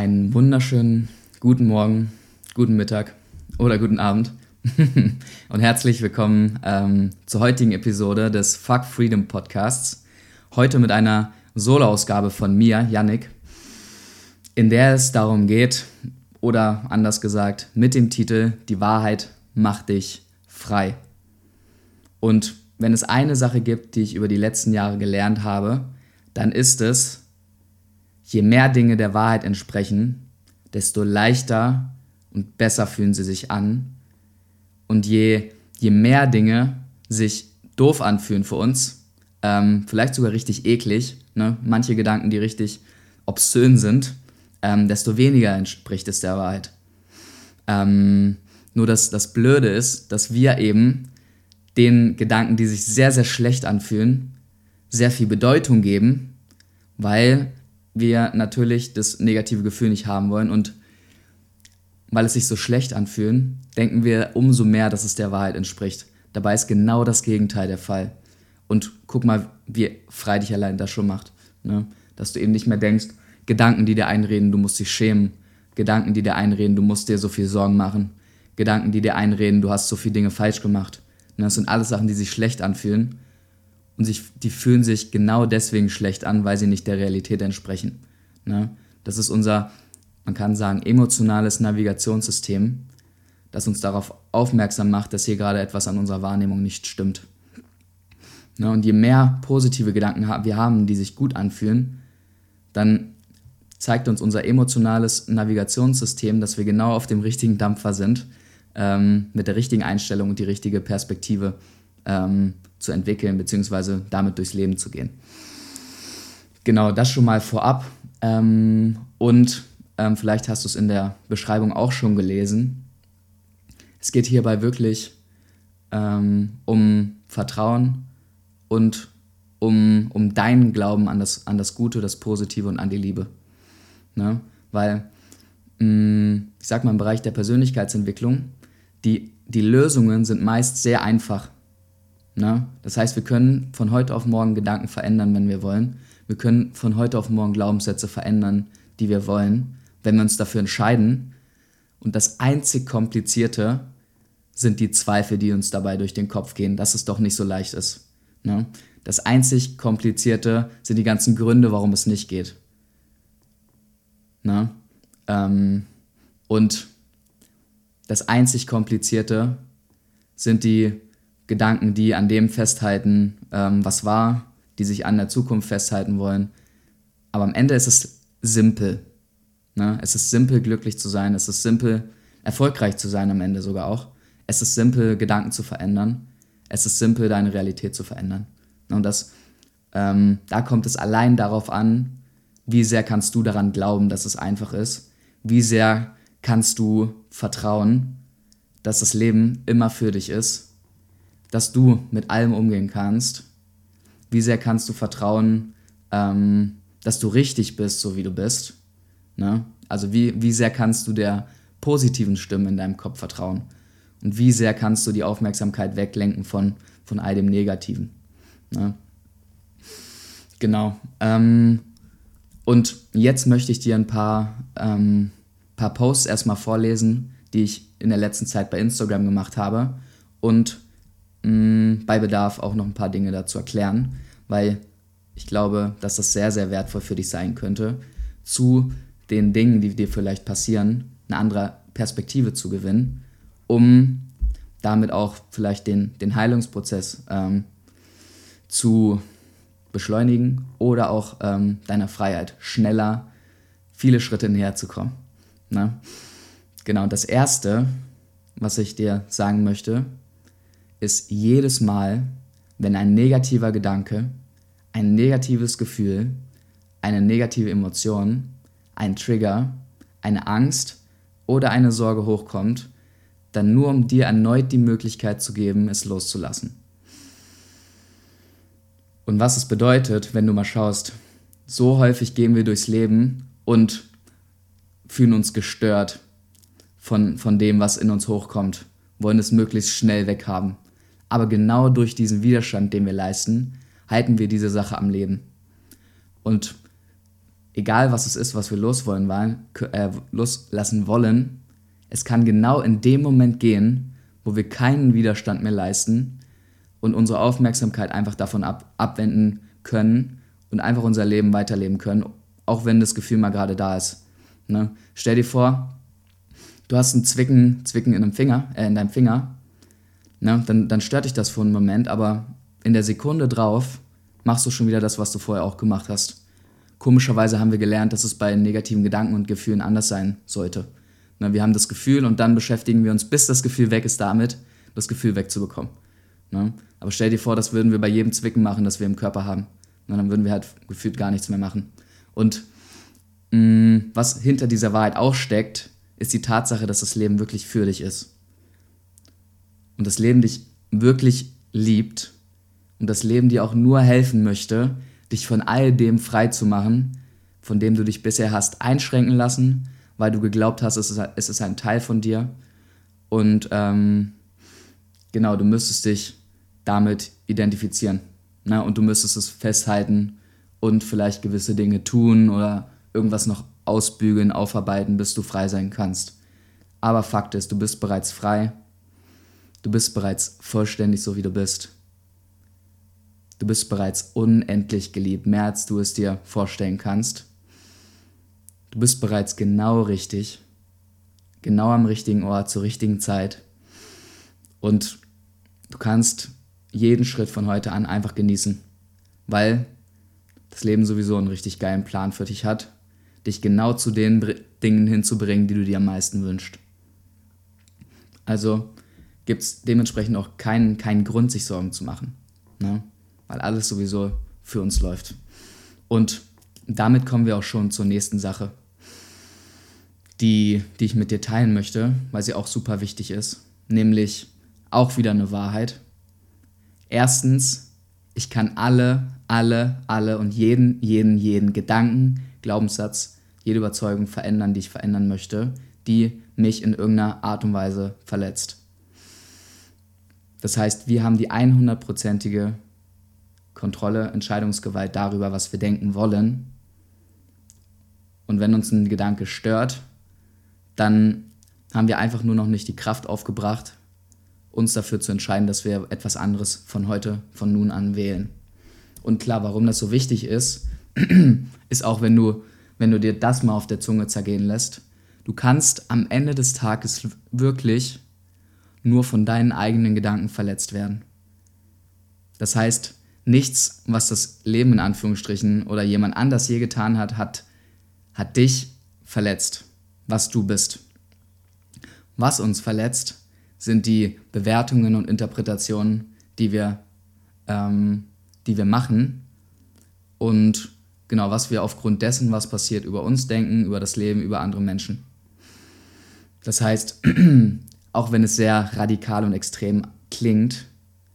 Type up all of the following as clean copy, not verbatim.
Einen wunderschönen guten Morgen, guten Mittag oder guten Abend und herzlich willkommen zur heutigen Episode des Fuck Freedom Podcasts. Heute mit einer Solo-Ausgabe von mir, Yannick, in der es darum geht, oder anders gesagt, mit dem Titel Die Wahrheit macht dich frei. Und wenn es eine Sache gibt, die ich über die letzten Jahre gelernt habe, dann ist es, je mehr Dinge der Wahrheit entsprechen, desto leichter und besser fühlen sie sich an. Und je mehr Dinge sich doof anfühlen für uns, vielleicht sogar richtig eklig, ne? Manche Gedanken, die richtig obszön sind, desto weniger entspricht es der Wahrheit. Nur das Blöde ist, dass wir eben den Gedanken, die sich sehr, sehr schlecht anfühlen, sehr viel Bedeutung geben, weil wir natürlich das negative Gefühl nicht haben wollen und weil es sich so schlecht anfühlen, denken wir umso mehr, dass es der Wahrheit entspricht. Dabei ist genau das Gegenteil der Fall. Und guck mal, wie frei dich allein das schon macht. Ne? Dass du eben nicht mehr denkst, Gedanken, die dir einreden, du musst dich schämen. Gedanken, die dir einreden, du musst dir so viel Sorgen machen. Gedanken, die dir einreden, du hast so viele Dinge falsch gemacht. Ne? Das sind alles Sachen, die sich schlecht anfühlen. Und die fühlen sich genau deswegen schlecht an, weil sie nicht der Realität entsprechen. Ne? Das ist unser, man kann sagen, emotionales Navigationssystem, das uns darauf aufmerksam macht, dass hier gerade etwas an unserer Wahrnehmung nicht stimmt. Ne? Und je mehr positive Gedanken wir haben, die sich gut anfühlen, dann zeigt uns unser emotionales Navigationssystem, dass wir genau auf dem richtigen Dampfer sind, mit der richtigen Einstellung und die richtige Perspektive zu entwickeln, beziehungsweise damit durchs Leben zu gehen. Genau, das schon mal vorab. Und vielleicht hast du es in der Beschreibung auch schon gelesen. Es geht hierbei wirklich um Vertrauen und um deinen Glauben an das Gute, das Positive und an die Liebe. Ne? Weil, ich sag mal, im Bereich der Persönlichkeitsentwicklung, die Lösungen sind meist sehr einfach. Ne? Das heißt, wir können von heute auf morgen Gedanken verändern, wenn wir wollen. Wir können von heute auf morgen Glaubenssätze verändern, die wir wollen, wenn wir uns dafür entscheiden. Und das einzig Komplizierte sind die Zweifel, die uns dabei durch den Kopf gehen, dass es doch nicht so leicht ist. Ne? Das einzig Komplizierte sind die ganzen Gründe, warum es nicht geht. Ne? Und das einzig Komplizierte sind die Gedanken, die an dem festhalten, was war, die sich an der Zukunft festhalten wollen. Aber am Ende ist es simpel. Ne? Es ist simpel, glücklich zu sein. Es ist simpel, erfolgreich zu sein am Ende sogar auch. Es ist simpel, Gedanken zu verändern. Es ist simpel, deine Realität zu verändern. Und da kommt es allein darauf an, wie sehr kannst du daran glauben, dass es einfach ist. Wie sehr kannst du vertrauen, dass das Leben immer für dich ist. Dass du mit allem umgehen kannst. Wie sehr kannst du vertrauen, dass du richtig bist, so wie du bist. Ne? Also wie sehr kannst du der positiven Stimme in deinem Kopf vertrauen. Und wie sehr kannst du die Aufmerksamkeit weglenken von all dem Negativen. Ne? Genau. Und jetzt möchte ich dir ein paar Posts erstmal vorlesen, die ich in der letzten Zeit bei Instagram gemacht habe. Und bei Bedarf auch noch ein paar Dinge dazu erklären, weil ich glaube, dass das sehr, sehr wertvoll für dich sein könnte, zu den Dingen, die dir vielleicht passieren, eine andere Perspektive zu gewinnen, um damit auch vielleicht den Heilungsprozess zu beschleunigen oder auch deiner Freiheit schneller viele Schritte näher zu kommen. Ne? Genau, das Erste, was ich dir sagen möchte, ist jedes Mal, wenn ein negativer Gedanke, ein negatives Gefühl, eine negative Emotion, ein Trigger, eine Angst oder eine Sorge hochkommt, dann nur um dir erneut die Möglichkeit zu geben, es loszulassen. Und was es bedeutet, wenn du mal schaust, so häufig gehen wir durchs Leben und fühlen uns gestört von dem, was in uns hochkommt, wollen es möglichst schnell weghaben. Aber genau durch diesen Widerstand, den wir leisten, halten wir diese Sache am Leben. Und egal was es ist, was wir loslassen wollen, es kann genau in dem Moment gehen, wo wir keinen Widerstand mehr leisten und unsere Aufmerksamkeit einfach davon abwenden können und einfach unser Leben weiterleben können, auch wenn das Gefühl mal gerade da ist. Ne? Stell dir vor, du hast ein Zwicken in deinem Finger, ne? Dann stört dich das für einen Moment, aber in der Sekunde drauf machst du schon wieder das, was du vorher auch gemacht hast. Komischerweise haben wir gelernt, dass es bei negativen Gedanken und Gefühlen anders sein sollte. Ne? Wir haben das Gefühl und dann beschäftigen wir uns, bis das Gefühl weg ist, damit das Gefühl wegzubekommen. Ne? Aber stell dir vor, das würden wir bei jedem Zwicken machen, das wir im Körper haben. Und dann würden wir halt gefühlt gar nichts mehr machen. Und was hinter dieser Wahrheit auch steckt, ist die Tatsache, dass das Leben wirklich für dich ist. Und das Leben dich wirklich liebt und das Leben dir auch nur helfen möchte, dich von all dem frei zu machen, von dem du dich bisher hast einschränken lassen, weil du geglaubt hast, es ist ein Teil von dir. Und genau, du müsstest dich damit identifizieren. Ne? Und du müsstest es festhalten und vielleicht gewisse Dinge tun oder irgendwas noch ausbügeln, aufarbeiten, bis du frei sein kannst. Aber Fakt ist, du bist bereits frei. Du bist bereits vollständig so, wie du bist. Du bist bereits unendlich geliebt, mehr als du es dir vorstellen kannst. Du bist bereits genau richtig, genau am richtigen Ort, zur richtigen Zeit. Und du kannst jeden Schritt von heute an einfach genießen, weil das Leben sowieso einen richtig geilen Plan für dich hat, dich genau zu den Dingen hinzubringen, die du dir am meisten wünschst. Also gibt es dementsprechend auch keinen Grund, sich Sorgen zu machen, ne? Weil alles sowieso für uns läuft. Und damit kommen wir auch schon zur nächsten Sache, die ich mit dir teilen möchte, weil sie auch super wichtig ist, nämlich auch wieder eine Wahrheit. Erstens, ich kann alle und jeden Gedanken, Glaubenssatz, jede Überzeugung verändern, die ich verändern möchte, die mich in irgendeiner Art und Weise verletzt. Das heißt, wir haben die 100%ige Kontrolle, Entscheidungsgewalt darüber, was wir denken wollen. Und wenn uns ein Gedanke stört, dann haben wir einfach nur noch nicht die Kraft aufgebracht, uns dafür zu entscheiden, dass wir etwas anderes von nun an wählen. Und klar, warum das so wichtig ist, ist auch, wenn du dir das mal auf der Zunge zergehen lässt, du kannst am Ende des Tages wirklich nur von deinen eigenen Gedanken verletzt werden. Das heißt, nichts, was das Leben in Anführungsstrichen oder jemand anders je getan hat dich verletzt, was du bist. Was uns verletzt, sind die Bewertungen und Interpretationen, die wir machen und genau, was wir aufgrund dessen, was passiert, über uns denken, über das Leben, über andere Menschen. Das heißt, auch wenn es sehr radikal und extrem klingt,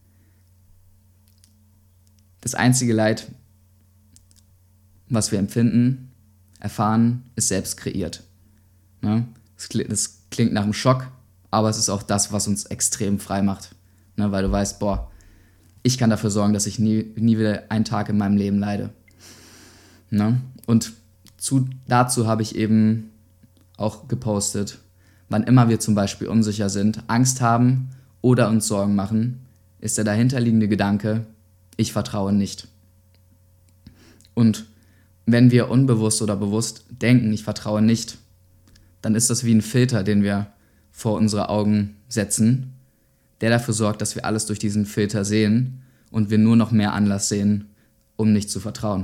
das einzige Leid, was wir empfinden, erfahren, ist selbst kreiert. Ne? Das klingt nach einem Schock, aber es ist auch das, was uns extrem frei macht. Ne? Weil du weißt, ich kann dafür sorgen, dass ich nie wieder einen Tag in meinem Leben leide. Ne? Und dazu habe ich eben auch gepostet, wann immer wir zum Beispiel unsicher sind, Angst haben oder uns Sorgen machen, ist der dahinterliegende Gedanke, ich vertraue nicht. Und wenn wir unbewusst oder bewusst denken, ich vertraue nicht, dann ist das wie ein Filter, den wir vor unsere Augen setzen, der dafür sorgt, dass wir alles durch diesen Filter sehen und wir nur noch mehr Anlass sehen, um nicht zu vertrauen.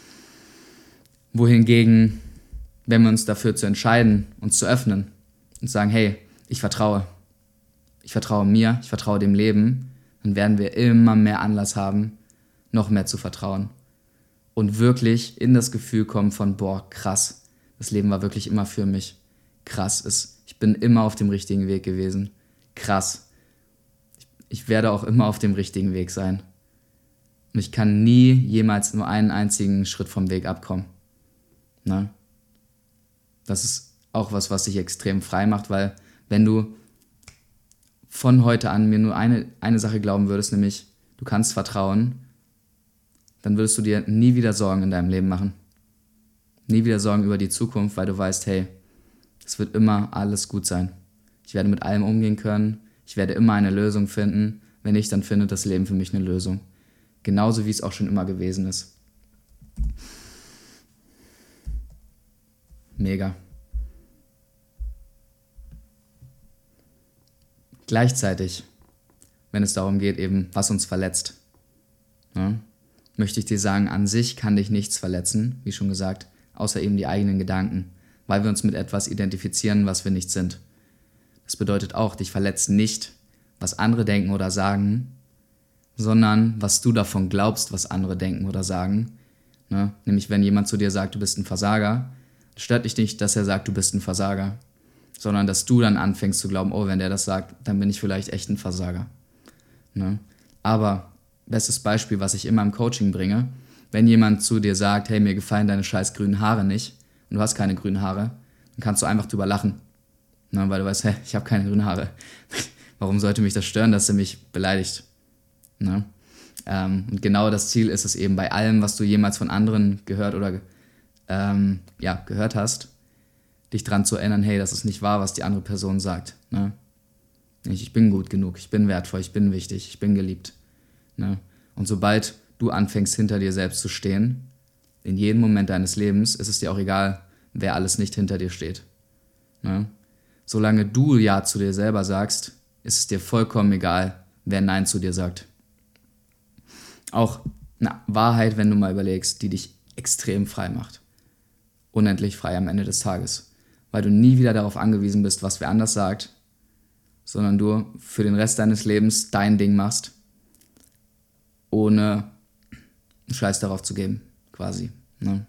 Wohingegen, wenn wir uns dafür zu entscheiden, uns zu öffnen und sagen, hey, ich vertraue mir, ich vertraue dem Leben, dann werden wir immer mehr Anlass haben, noch mehr zu vertrauen. Und wirklich in das Gefühl kommen von, krass, das Leben war wirklich immer für mich. Krass, ich bin immer auf dem richtigen Weg gewesen. Krass, ich werde auch immer auf dem richtigen Weg sein. Und ich kann nie jemals nur einen einzigen Schritt vom Weg abkommen. Ne? Das ist auch was dich extrem frei macht, weil wenn du von heute an mir nur eine Sache glauben würdest, nämlich du kannst vertrauen, dann würdest du dir nie wieder Sorgen in deinem Leben machen. Nie wieder Sorgen über die Zukunft, weil du weißt, hey, es wird immer alles gut sein. Ich werde mit allem umgehen können. Ich werde immer eine Lösung finden. Wenn nicht, dann findet das Leben für mich eine Lösung. Genauso wie es auch schon immer gewesen ist. Mega. Gleichzeitig, wenn es darum geht, eben, was uns verletzt, ja, möchte ich dir sagen, an sich kann dich nichts verletzen, wie schon gesagt, außer eben die eigenen Gedanken, weil wir uns mit etwas identifizieren, was wir nicht sind. Das bedeutet auch, dich verletzt nicht, was andere denken oder sagen, sondern was du davon glaubst, was andere denken oder sagen. Ne? Nämlich, wenn jemand zu dir sagt, du bist ein Versager, stört dich nicht, dass er sagt, du bist ein Versager, sondern dass du dann anfängst zu glauben, oh, wenn der das sagt, dann bin ich vielleicht echt ein Versager. Ne? Aber, bestes Beispiel, was ich immer im Coaching bringe, wenn jemand zu dir sagt, hey, mir gefallen deine scheiß grünen Haare nicht und du hast keine grünen Haare, dann kannst du einfach drüber lachen. Ne? Weil du weißt, hey, ich habe keine grünen Haare. Warum sollte mich das stören, dass er mich beleidigt? Ne? Und genau das Ziel ist es eben bei allem, was du jemals von anderen gehört oder gehört hast, dich dran zu erinnern, hey, das ist nicht wahr, was die andere Person sagt. Ne? Ich bin gut genug, ich bin wertvoll, ich bin wichtig, ich bin geliebt. Ne? Und sobald du anfängst, hinter dir selbst zu stehen, in jedem Moment deines Lebens, ist es dir auch egal, wer alles nicht hinter dir steht. Ne? Solange du Ja zu dir selber sagst, ist es dir vollkommen egal, wer Nein zu dir sagt. Auch eine Wahrheit, wenn du mal überlegst, die dich extrem frei macht. Unendlich frei am Ende des Tages. Weil du nie wieder darauf angewiesen bist, was wer anders sagt, sondern du für den Rest deines Lebens dein Ding machst, ohne einen Scheiß darauf zu geben, quasi. Ne?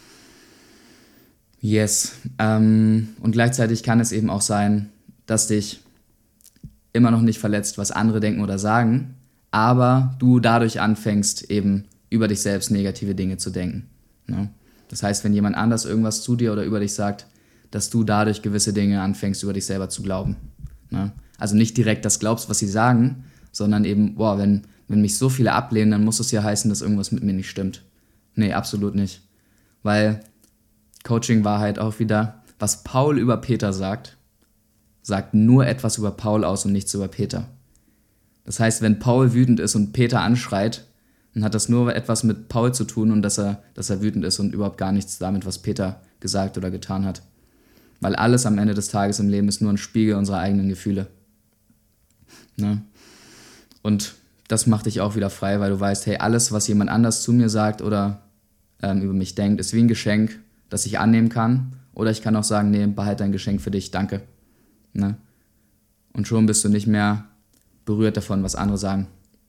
Yes. Und gleichzeitig kann es eben auch sein, dass dich immer noch nicht verletzt, was andere denken oder sagen, aber du dadurch anfängst, eben über dich selbst negative Dinge zu denken. Ne? Das heißt, wenn jemand anders irgendwas zu dir oder über dich sagt, dass du dadurch gewisse Dinge anfängst, über dich selber zu glauben. Ne? Also nicht direkt das glaubst, was sie sagen, sondern eben, boah, wenn mich so viele ablehnen, dann muss es ja heißen, dass irgendwas mit mir nicht stimmt. Nee, absolut nicht. Weil Coaching war halt auch wieder, was Paul über Peter sagt nur etwas über Paul aus und nichts über Peter. Das heißt, wenn Paul wütend ist und Peter anschreit, dann hat das nur etwas mit Paul zu tun und dass er wütend ist und überhaupt gar nichts damit, was Peter gesagt oder getan hat. Weil alles am Ende des Tages im Leben ist nur ein Spiegel unserer eigenen Gefühle. Ne? Und das macht dich auch wieder frei, weil du weißt, hey, alles, was jemand anders zu mir sagt oder über mich denkt, ist wie ein Geschenk, das ich annehmen kann. Oder ich kann auch sagen, nee, behalte dein Geschenk für dich, danke. Ne? Und schon bist du nicht mehr berührt davon, was andere sagen.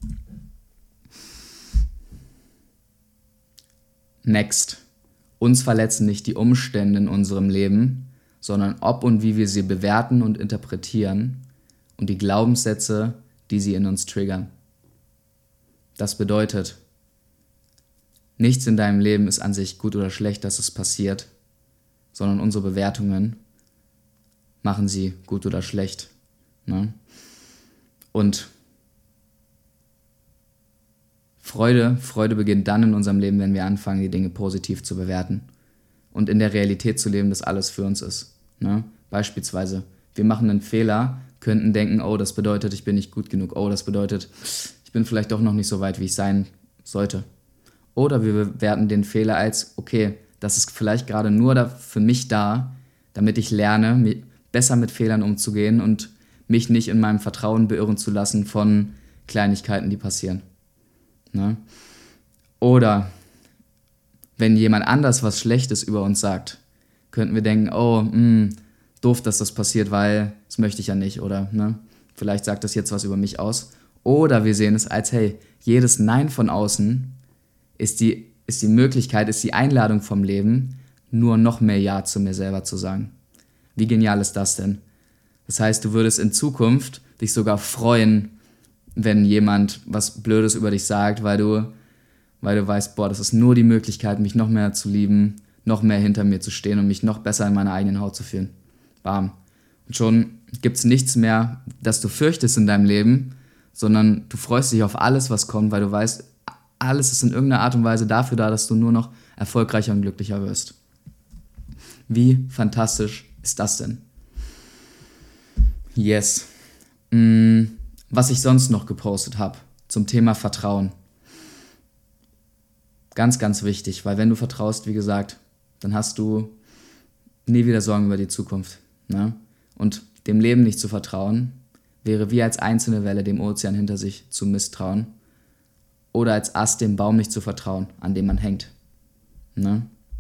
Next. Uns verletzen nicht die Umstände in unserem Leben, sondern ob und wie wir sie bewerten und interpretieren und die Glaubenssätze, die sie in uns triggern. Das bedeutet, nichts in deinem Leben ist an sich gut oder schlecht, dass es passiert, sondern unsere Bewertungen machen sie gut oder schlecht. Ne? Und Freude beginnt dann in unserem Leben, wenn wir anfangen, die Dinge positiv zu bewerten und in der Realität zu leben, dass alles für uns ist. Ne? Beispielsweise, wir machen einen Fehler, könnten denken, oh, das bedeutet, ich bin nicht gut genug. Oh, das bedeutet, ich bin vielleicht doch noch nicht so weit, wie ich sein sollte. Oder wir bewerten den Fehler als, okay, das ist vielleicht gerade nur für mich da, damit ich lerne, besser mit Fehlern umzugehen und mich nicht in meinem Vertrauen beirren zu lassen von Kleinigkeiten, die passieren. Ne? Oder wenn jemand anders was Schlechtes über uns sagt, könnten wir denken, oh, doof, dass das passiert, weil das möchte ich ja nicht. Oder vielleicht sagt das jetzt was über mich aus. Oder wir sehen es als, hey, jedes Nein von außen ist die Möglichkeit, ist die Einladung vom Leben, nur noch mehr Ja zu mir selber zu sagen. Wie genial ist das denn? Das heißt, du würdest in Zukunft dich sogar freuen, wenn jemand was Blödes über dich sagt, weil du weißt, boah, das ist nur die Möglichkeit, mich noch mehr zu lieben, noch mehr hinter mir zu stehen und mich noch besser in meiner eigenen Haut zu fühlen. Bam. Und schon gibt es nichts mehr, das du fürchtest in deinem Leben, sondern du freust dich auf alles, was kommt, weil du weißt, alles ist in irgendeiner Art und Weise dafür da, dass du nur noch erfolgreicher und glücklicher wirst. Wie fantastisch ist das denn? Yes. Was ich sonst noch gepostet habe zum Thema Vertrauen. Ganz, ganz wichtig, weil wenn du vertraust, wie gesagt, dann hast du nie wieder Sorgen über die Zukunft. Ne? Und dem Leben nicht zu vertrauen, wäre wie als einzelne Welle dem Ozean hinter sich zu misstrauen oder als Ast dem Baum nicht zu vertrauen, an dem man hängt. Ne?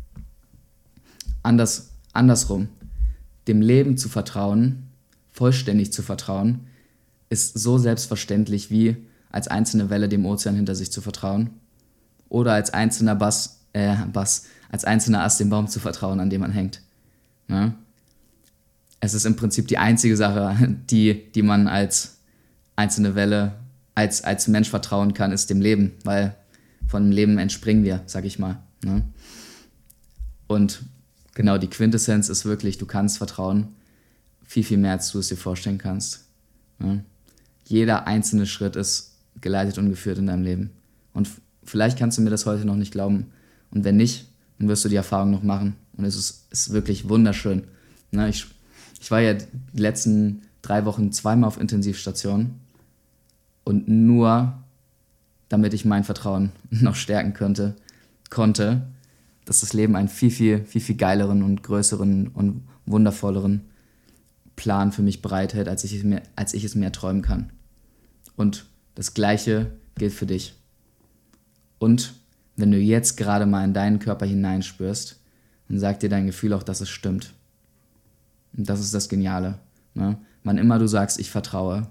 Andersrum, dem Leben zu vertrauen, vollständig zu vertrauen, ist so selbstverständlich wie als einzelne Welle dem Ozean hinter sich zu vertrauen oder als einzelner als einzelner Ast dem Baum zu vertrauen, an dem man hängt. Ne? Es ist im Prinzip die einzige Sache, die man als einzelne Welle, als Mensch vertrauen kann, ist dem Leben, weil von dem Leben entspringen wir, sag ich mal. Ne? Und genau, die Quintessenz ist wirklich, du kannst vertrauen, viel, viel mehr, als du es dir vorstellen kannst. Ne? Jeder einzelne Schritt ist geleitet und geführt in deinem Leben. Und vielleicht kannst du mir das heute noch nicht glauben. Und wenn nicht, dann wirst du die Erfahrung noch machen. Und es ist wirklich wunderschön. Ne? Ich war ja die letzten 3 Wochen 2-mal auf Intensivstation. Und nur, damit ich mein Vertrauen noch stärken konnte, dass das Leben einen viel, viel, viel, viel geileren und größeren und wundervolleren Plan für mich bereithält, als ich es mir träumen kann. Und das Gleiche gilt für dich. Und wenn du jetzt gerade mal in deinen Körper hineinspürst, dann sagt dir dein Gefühl auch, dass es stimmt. Und das ist das Geniale. Ne? Wann immer du sagst, ich vertraue,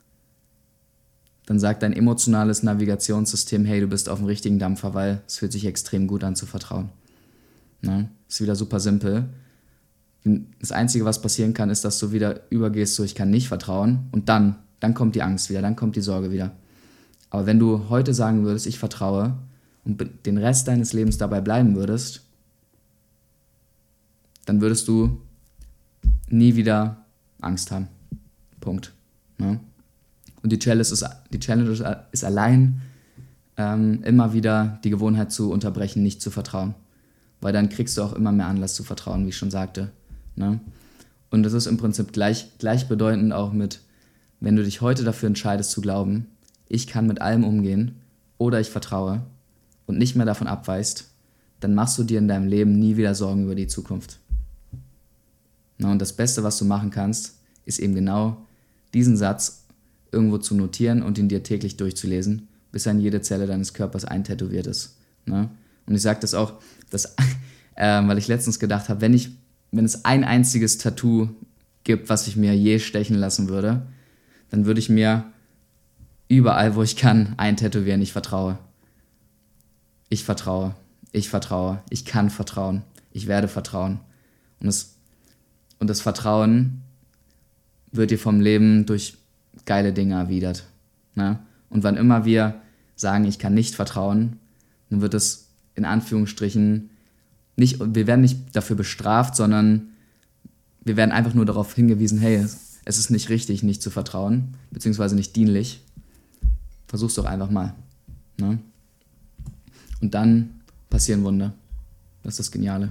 dann sagt dein emotionales Navigationssystem, hey, du bist auf dem richtigen Dampfer, weil es fühlt sich extrem gut an zu vertrauen. Ne? Ist wieder super simpel. Das Einzige, was passieren kann, ist, dass du wieder übergehst, so ich kann nicht vertrauen und dann kommt die Angst wieder, dann kommt die Sorge wieder. Aber wenn du heute sagen würdest, ich vertraue und den Rest deines Lebens dabei bleiben würdest, dann würdest du nie wieder Angst haben. Punkt. Ne? Und die Challenge ist allein, immer wieder die Gewohnheit zu unterbrechen, nicht zu vertrauen. Weil dann kriegst du auch immer mehr Anlass zu vertrauen, wie ich schon sagte. Ne? Und das ist im Prinzip gleichbedeutend auch mit, wenn du dich heute dafür entscheidest zu glauben, ich kann mit allem umgehen oder ich vertraue und nicht mehr davon abweist, dann machst du dir in deinem Leben nie wieder Sorgen über die Zukunft. Na, und das Beste, was du machen kannst, ist eben genau diesen Satz irgendwo zu notieren und ihn dir täglich durchzulesen, bis er in jede Zelle deines Körpers eintätowiert ist. Ne? Und ich sage das auch, weil ich letztens gedacht habe, wenn es ein einziges Tattoo gibt, was ich mir je stechen lassen würde, dann würde ich mir überall, wo ich kann, eintätowieren, ich vertraue. Ich vertraue. Ich vertraue. Ich kann vertrauen. Ich werde vertrauen. Und das Vertrauen wird dir vom Leben durch geile Dinge erwidert. Ne? Und wann immer wir sagen, ich kann nicht vertrauen, dann wird es in Anführungsstrichen wir werden nicht dafür bestraft, sondern wir werden einfach nur darauf hingewiesen, hey, es ist nicht richtig, nicht zu vertrauen, beziehungsweise nicht dienlich. Versuch's doch einfach mal. Ne? Und dann passieren Wunder. Das ist das Geniale.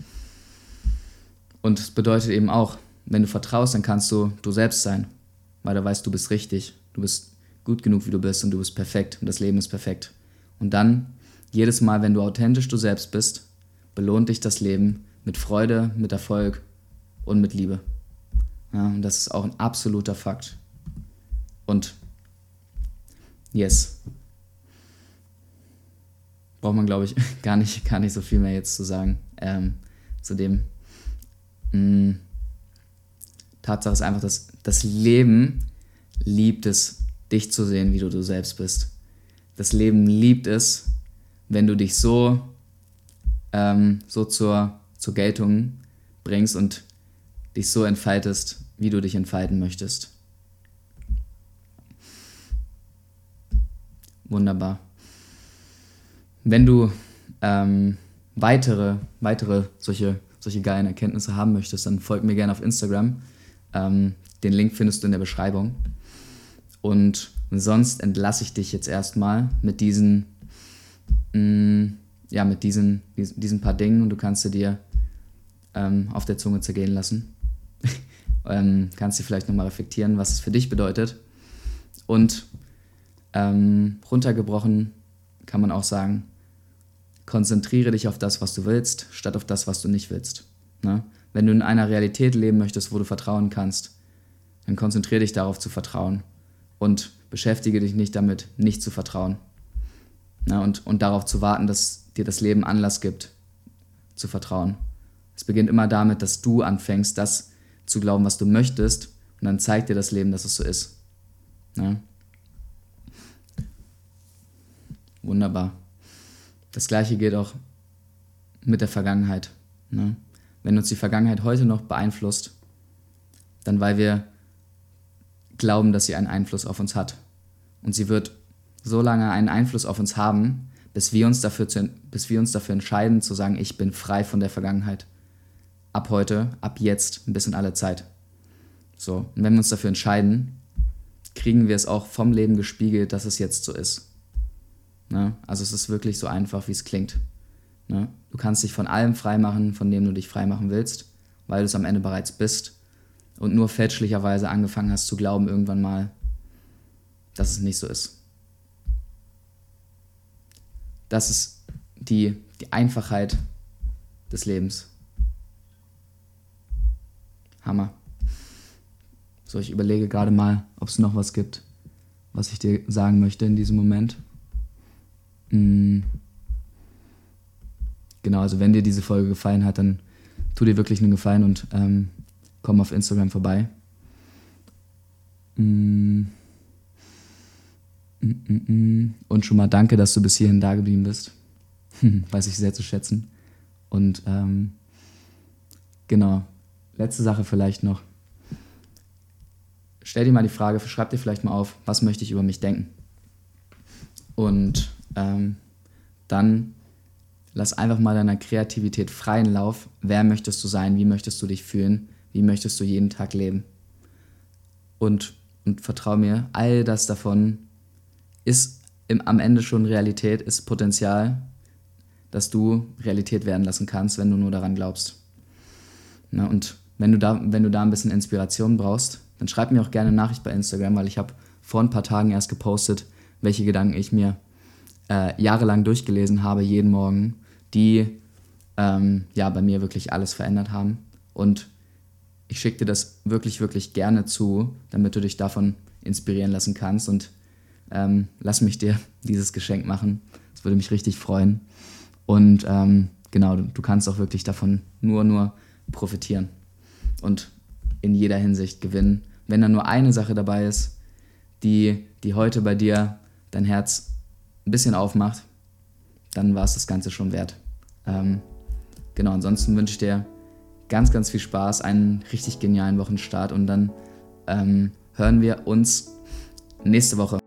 Und es bedeutet eben auch, wenn du vertraust, dann kannst du selbst sein. Weil du weißt, du bist richtig. Du bist gut genug, wie du bist und du bist perfekt und das Leben ist perfekt. Und dann, jedes Mal, wenn du authentisch du selbst bist, belohnt dich das Leben mit Freude, mit Erfolg und mit Liebe. Ja, und das ist auch ein absoluter Fakt. Und yes. Braucht man, glaube ich, gar nicht so viel mehr jetzt zu sagen. Zu dem. Tatsache ist einfach, dass das Leben liebt es, dich zu sehen, wie du selbst bist. Das Leben liebt es, wenn du dich so zur Geltung bringst und dich so entfaltest, wie du dich entfalten möchtest. Wunderbar. Wenn du weitere solche geilen Erkenntnisse haben möchtest, dann folg mir gerne auf Instagram. Den Link findest du in der Beschreibung. Und sonst entlasse ich dich jetzt erstmal mit diesen paar Dingen und du kannst dir auf der Zunge zergehen lassen. Kannst du vielleicht nochmal reflektieren, was es für dich bedeutet. Und runtergebrochen kann man auch sagen, konzentriere dich auf das, was du willst, statt auf das, was du nicht willst. Ne? Wenn du in einer Realität leben möchtest, wo du vertrauen kannst, dann konzentriere dich darauf zu vertrauen und beschäftige dich nicht damit, nicht zu vertrauen. Ne? Und darauf zu warten, dass dir das Leben Anlass gibt, zu vertrauen. Es beginnt immer damit, dass du anfängst, das zu glauben, was du möchtest, und dann zeigt dir das Leben, dass es so ist. Ne? Wunderbar. Das Gleiche geht auch mit der Vergangenheit. Ne? Wenn uns die Vergangenheit heute noch beeinflusst, dann weil wir glauben, dass sie einen Einfluss auf uns hat. Und sie wird so lange einen Einfluss auf uns haben, bis wir uns dafür entscheiden, zu sagen, ich bin frei von der Vergangenheit. Ab heute, ab jetzt, bis in alle Zeit. So, und wenn wir uns dafür entscheiden, kriegen wir es auch vom Leben gespiegelt, dass es jetzt so ist. Ne? Also es ist wirklich so einfach, wie es klingt. Ne? Du kannst dich von allem freimachen, von dem du dich freimachen willst, weil du es am Ende bereits bist und nur fälschlicherweise angefangen hast zu glauben irgendwann mal, dass es nicht so ist. Das ist die Einfachheit des Lebens. Hammer. So, ich überlege gerade mal, ob es noch was gibt, was ich dir sagen möchte in diesem Moment. Genau, also wenn dir diese Folge gefallen hat, dann tu dir wirklich einen Gefallen und komm auf Instagram vorbei. Und schon mal danke, dass du bis hierhin da geblieben bist. Weiß ich sehr zu schätzen. Und genau, letzte Sache vielleicht noch. Stell dir mal die Frage, schreib dir vielleicht mal auf, was möchte ich über mich denken? Und dann lass einfach mal deiner Kreativität freien Lauf. Wer möchtest du sein? Wie möchtest du dich fühlen? Wie möchtest du jeden Tag leben? Und vertrau mir, all das davon ist am Ende schon Realität, ist Potenzial, dass du Realität werden lassen kannst, wenn du nur daran glaubst. Na, und wenn du da ein bisschen Inspiration brauchst, dann schreib mir auch gerne eine Nachricht bei Instagram, weil ich habe vor ein paar Tagen erst gepostet, welche Gedanken ich mir jahrelang durchgelesen habe, jeden Morgen, die bei mir wirklich alles verändert haben. Und ich schicke dir das wirklich, wirklich gerne zu, damit du dich davon inspirieren lassen kannst. Und lass mich dir dieses Geschenk machen. Das würde mich richtig freuen. Und genau, du kannst auch wirklich davon nur profitieren und in jeder Hinsicht gewinnen. Wenn da nur eine Sache dabei ist, die heute bei dir dein Herz ein bisschen aufmacht, dann war es das Ganze schon wert. Genau, ansonsten wünsche ich dir ganz, ganz viel Spaß, einen richtig genialen Wochenstart und dann hören wir uns nächste Woche.